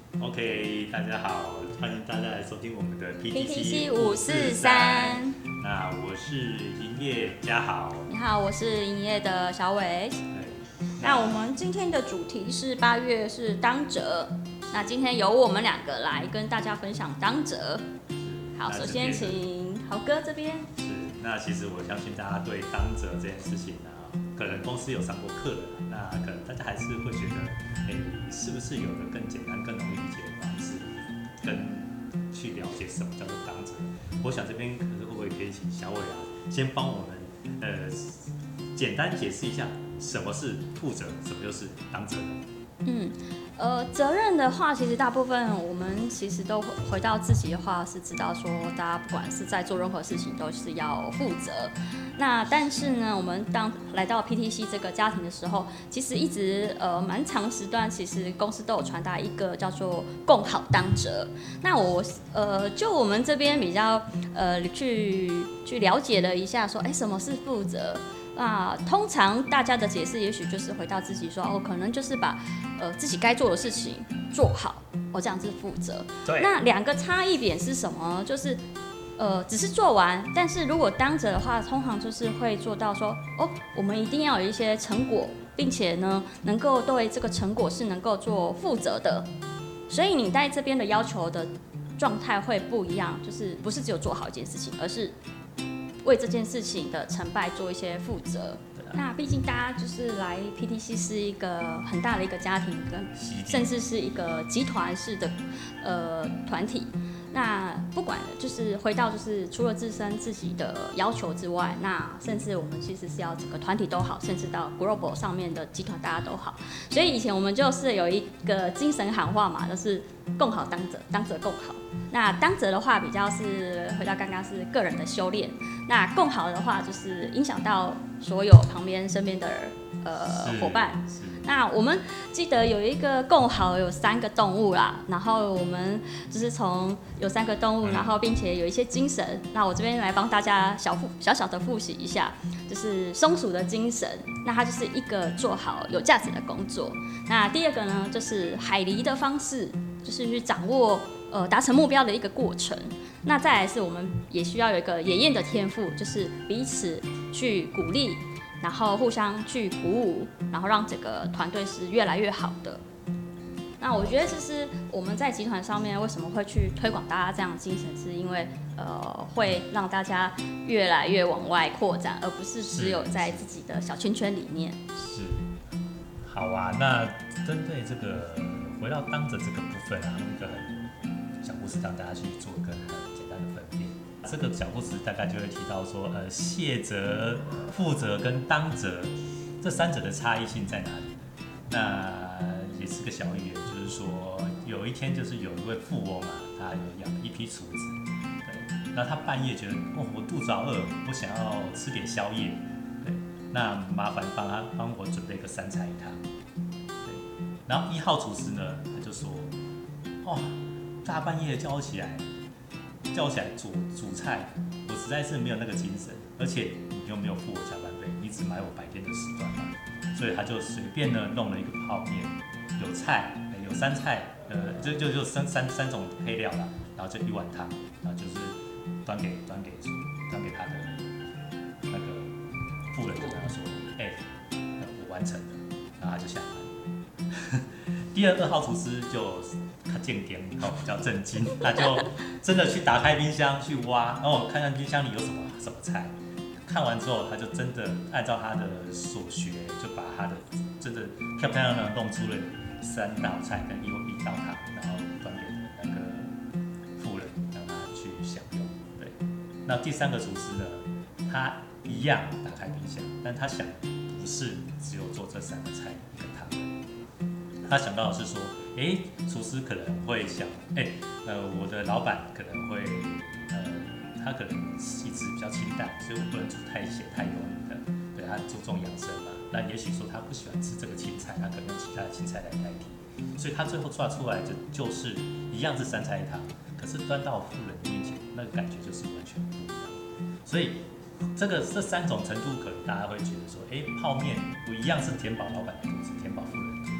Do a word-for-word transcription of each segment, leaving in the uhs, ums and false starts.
OK，大家好，欢迎大家来收听我们的 P P T T C C 五五四四三三。那我是营业嘉豪。 你好，我是营业的小伟。 对， 那我们今天的主题是八月是当责，那今天由我们两个来跟大家分享当责。好，首先请豪哥这边。 是，那其实我相信大家对当责这件事情呢、啊，可能公司有上过课的，那可能大家还是会觉得，哎、是不是有个更简单、更容易理解的方式，跟去了解什么叫做当责？我想这边可是会不会可以请小伟啊，先帮我们呃简单解释一下什么是负责，什么又是当责呢？ 嗯，呃，责任的话，其实大部分我们其实都回到自己的话，是知道说，大家不管是在做任何事情，都是要负责。那但是呢，我们当来到 P T C 这个家庭的时候，其实一直呃蛮长时段，其实公司都有传达一个叫做共好当责。那我呃就我们这边比较呃去去了解了一下说，哎，什么是负责？那通常大家的解释，也许就是回到自己说，哦，可能就是把呃自己该做的事情做好，哦，这样子负责。 对。 那两个差异点是什么？就是呃只是做完，但是如果当责的话，通常就是会做到说，哦，我们一定要有一些成果，并且呢能够对这个成果是能够做负责的。所以你在这边的要求的状态会不一样，就是不是只有做好一件事情，而是为这件事情的成败做一些负责。那毕竟大家就是来 P T C 是一个很大的一个家庭，跟甚至是一个集团式的呃团体。那不管就是回到就是除了自身自己的要求之外，那甚至我们其实是要整个团体都好，甚至到 global 上面的集团大家都好。所以以前我们就是有一个精神喊话嘛，就是共好当责，当责共好。那当责的话比较是回到刚刚是个人的修炼，那共好的话就是影响到所有旁边身边的呃伙伴。那我们记得有一个共好有三个动物啦，然后我们就是从有三个动物，然后并且有一些精神。那我这边来帮大家小复小小的复习一下，就是松鼠的精神，那它就是一个做好有价值的工作。那第二个呢，就是海狸的方式，就是去掌握呃达成目标的一个过程。那再来是我们也需要有一个野雁的天赋，就是彼此去鼓励，然后互相去鼓舞，然后让整个团队是越来越好的。那我觉得这是我们在集团上面为什么会去推广大家这样的精神，是因为呃会让大家越来越往外扩展，而不是只有在自己的小圈圈里面。 是，好啊。那针对这个回到当责这个部分啊，用一个很小故事让大家去做一个很简单的分辨。这个小故事大概就会提到说，呃，卸责、负责跟当责这三者的差异性在哪里？那也是个小寓言，就是说有一天就是有一位富翁啊，他有养了一批厨子，对，然后他半夜觉得，哦，我肚子好饿，我想要吃点宵夜，对，那麻烦帮他帮我准备个三菜一汤，对，然后一号厨师呢，他就说，哦，大半夜叫我起来。叫我起来煮煮菜，我实在是没有那个精神，而且你又没有付我加班费，你只买我白天的时段嘛，所以他就随便呢弄了一个泡面，有菜，有三菜，呃，就就就三三三种配料啦，然后就一碗汤，然后就是端给端给端给他的那个妇人，就跟他说，哎、欸，我完成了，然后他就下班。第二二号厨师就。他见点哦，比较震惊，他就真的去打开冰箱去挖，然后看看冰箱里有什么什么菜。看完之后，他就真的按照他的所学，就把他的真的漂漂亮亮弄出了三道菜跟一一道汤，然后端给那个妇人，让他去享用。对，那第三个厨师呢，他一样打开冰箱，但他想不是只有做这三个菜一个汤，他想到的是说。哎，厨师可能会想，哎，呃，我的老板可能会，呃，他可能一直比较清淡，所以我不能煮太咸太油腻的，对，他注重养生嘛。那也许说他不喜欢吃这个青菜，他可能用其他的青菜来代替，所以他最后做出来的就是一样是三菜一汤，可是端到妇人面前，那个感觉就是完全不一样。所以这个这三种程度，可能大家会觉得说，哎，泡面不一样是填饱老板的肚子，填饱妇人的肚子。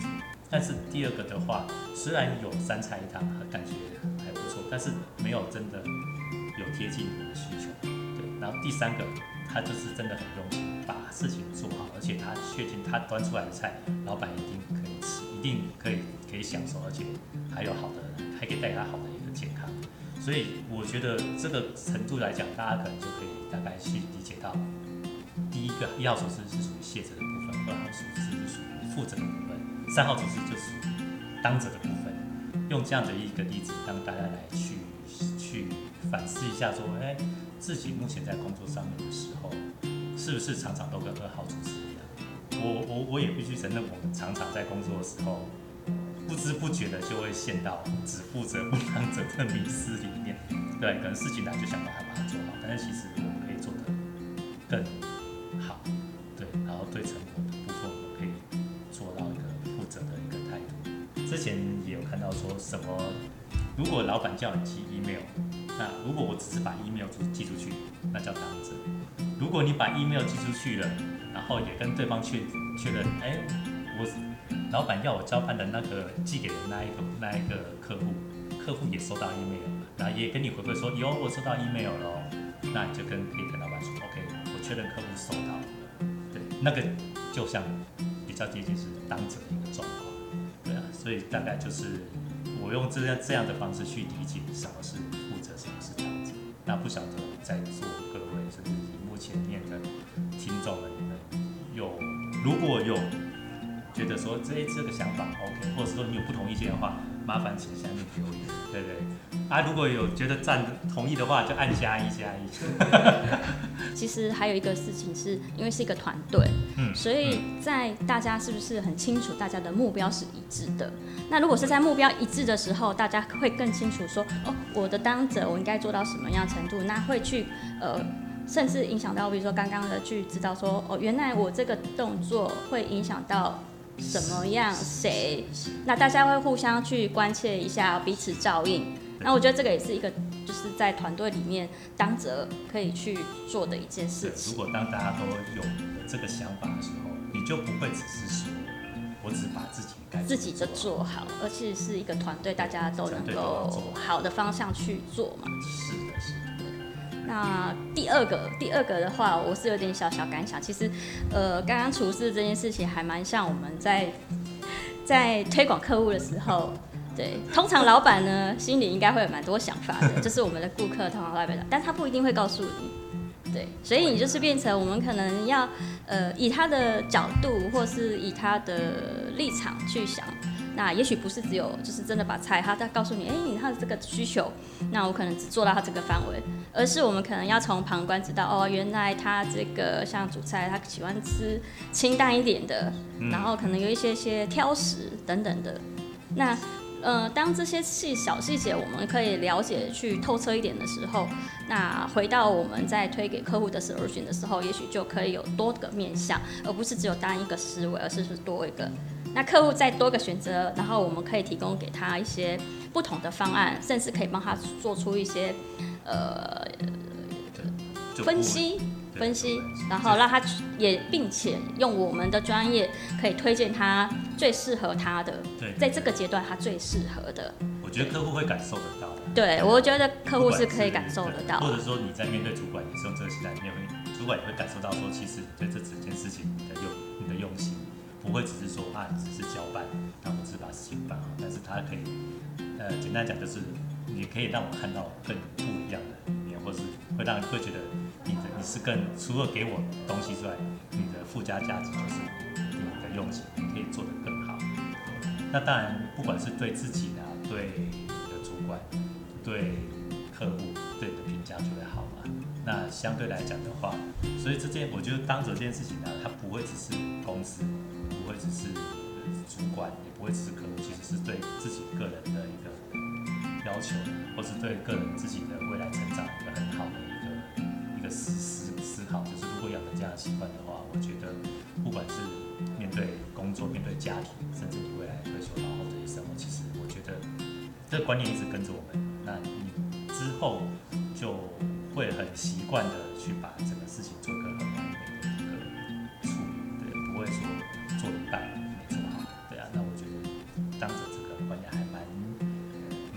但是第二个的话，虽然有三菜一汤，感觉还不错，但是没有真的有贴近你的需求。对，然后第三个，他就是真的很用心，把事情做好，而且他确定他端出来的菜，老板一定可以吃，一定可以可以享受，而且还有好的，还可以带给他好的一个健康。所以我觉得这个程度来讲，大家可能就可以大概去理解到，第一个一号厨师是属于卸责的部分，二号厨师是属于负责的部分，三号厨师就属于当责的部分。用这样的一个例子，让大家来去去反思一下，说，哎，自己目前在工作上面的时候，是不是常常都跟二号厨师一样？我我我也必须承认，我们常常在工作的时候，不知不觉的就会陷到只负责不当责的迷思里面。对，可能事情来就想办法把它做好，但是其实我们可以做得更好，对，然后对成果的部分，我们可以做到一个负责的一个态度。之前也有看到说什么，如果老板叫你寄 email， 那如果我只是把 email 寄出去，那叫当责。如果你把 email 寄出去了，然后也跟对方确确认，哎，我老板要我交办的那个寄给的那一个那一个客户，客户也收到 email， 然后也跟你回馈说，有我收到 email 了哦，那你就跟可以跟老板说 ，OK， 我确认客户收到了，对，那个就像比较接近是当责的一个状况，对啊，所以大概就是我用这样这样的方式去理解什么是负责，什么是当责。那不晓得在座各位甚至荧幕前面的听众们，你们有如果有觉得说这这个想法 OK， 或者说你有不同意见的话，麻烦请下面留言，对不对？啊，如果有觉得赞同意的话，就按加一加一。 其实还有一个事情是，因为是一个团队，嗯，所以在大家是不是很清楚大家的目标是一致的？那如果是在目标一致的时候，大家会更清楚说，哦，我的当责我应该做到什么样程度，那会去呃。甚至影响到，比如说刚刚的去知道说，哦，原来我这个动作会影响到什么样谁，那大家会互相去关切一下，彼此照应。那我觉得这个也是一个，就是在团队里面当责可以去做的一件事情。 如果当大家都有这个想法的时候，你就不会只是说，我只把自己该自己的做好，而且是一个团队，大家都能够好的方向去做嘛。 是的，是的。 那第二个，第二个的话，我是有点小小感想。其实，呃，刚刚厨师这件事情还蛮像我们在在推广客户的时候，对，通常老板呢心里应该会有蛮多想法的，就是我们的顾客通常老板，但他不一定会告诉你，对，所以你就是变成我们可能要呃以他的角度或是以他的立场去想。那也许不是只有就是真的把菜，他再告诉你，哎、欸，你他的这个需求，那我可能只做到他这个范围，而是我们可能要从旁观知道，哦，原来他这个像主菜，他喜欢吃清淡一点的，然后可能有一些些挑食等等的。那呃，当这些细小细节我们可以了解去透彻一点的时候，那回到我们在推给客户的 solution 的时候，也许就可以有多个面向，而不是只有单一个思维，而是是多一个。那客户再多个选择，然后我们可以提供给他一些不同的方案，甚至可以帮他做出一些呃分析分析，然后让他也并且用我们的专业可以推荐他最适合他的，在这个阶段他最适合的。 我觉得客户会感受得到的。 对，我觉得客户是可以感受得到。 或者说你在面对主管也是用这个心态，你也会主管也会感受到说，其实你对这整件事情你的用你的用心。不会只是说啊，只是交办，那我只是把事情办好，但是他可以，呃，简单讲就是，你可以让我看到更不一样的一面，或是会让会觉得你的你是更除了给我东西之外，你的附加价值就是你的用心，你可以做得更好。那当然，不管是对自己啊，对你的主管，对客户，对你的评价就会好嘛。那相对来讲的话，所以这件我觉得当责这件事情呢，它不会只是公司。不会只是主管，也不会只是客户，其实是对自己个人的一个要求，或是对个人自己的未来成长一个很好的一个一个思思思考。就是如果养成这样的习惯的话，我觉得不管是面对工作、面对家庭，甚至你未来退休老后这些生活，其实我觉得这个观念一直跟着我们。那你之后就会很习惯的去把整个事情做一个很完美的一个处理，对，不会说。做一半没做好，对啊，那我觉得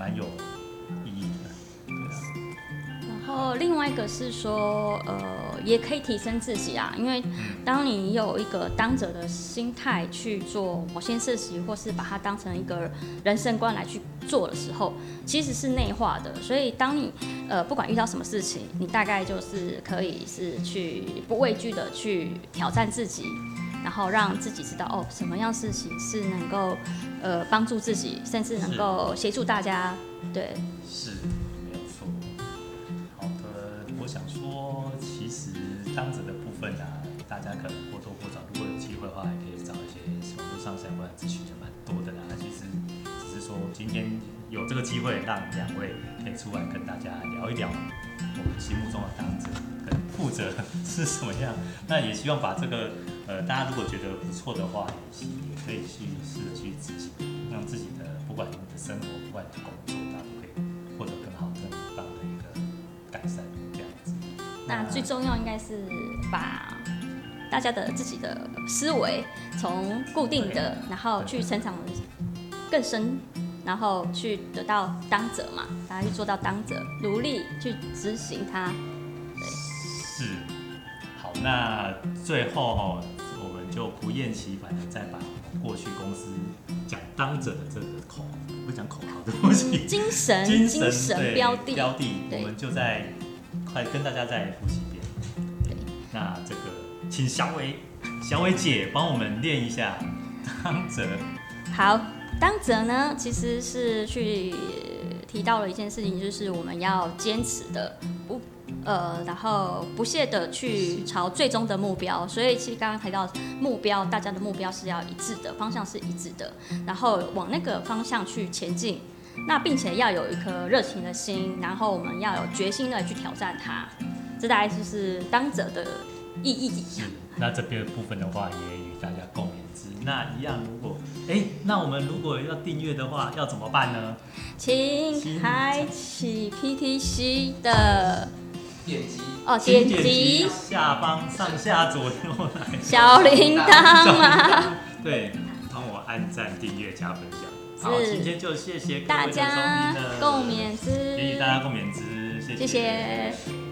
蛮有意义的。对啊。 然后另外一个是说，呃，也可以提升自己啊，因为当你有一个当者的心态去做某些事情，或是把它当成一个人生观来去做的时候，其实是内化的。所以当你呃不管遇到什么事情，你大概就是可以是去不畏惧的去挑战自己，然后让自己知道哦，什么样事情是能够呃帮助自己，甚至能够协助大家。对， 是。我想说，其实当者的部分啊，大家可能或多或少，如果有机会的话，也可以找一些网络上相关的资讯，就蛮多的啦。其实只是说，今天有这个机会，让两位可以出来跟大家聊一聊我们心目中的当者跟负责是什么样。那也希望把这个呃，大家如果觉得不错的话，也也可以去试着去执行，让自己的不管你的生活，不管你的工作，大家都可以获得更好、更棒的一个改善。 那最重要应该是把大家的自己的思维从固定的，然后去成长更深，然后去得到当者嘛，大家去做到当者，努力去执行它。对， 是。好，那最后哦，我们就不厌其烦的再把过去公司讲当者的这个口，不讲口号的东西， 精神、 精神、精神标的、 标的，我们就在。快跟大家再复习一遍。 对， 那这个请小伟、小伟姐帮我们练一下当者。 好，当者呢，其实是去提到了一件事情，就是我们要坚持的，不呃，然后不懈的去朝最终的目标。所以其实刚刚提到目标，大家的目标是要一致的，方向是一致的，然后往那个方向去前进。那并且要有一颗热情的心，然后我们要有决心的去挑战它，这大概就是当者的意义。 是，那这边的部分的话，也与大家共勉之。那一样，如果哎，那我们如果要订阅的话，要怎么办呢？ 请开启 P T C 的点击哦，点击下方上下左右来小铃铛嘛。 对，帮我按赞、订阅、加分享。好，今天就谢谢各位的收听大家共勉之， 也与大家共勉之，谢谢。 谢谢。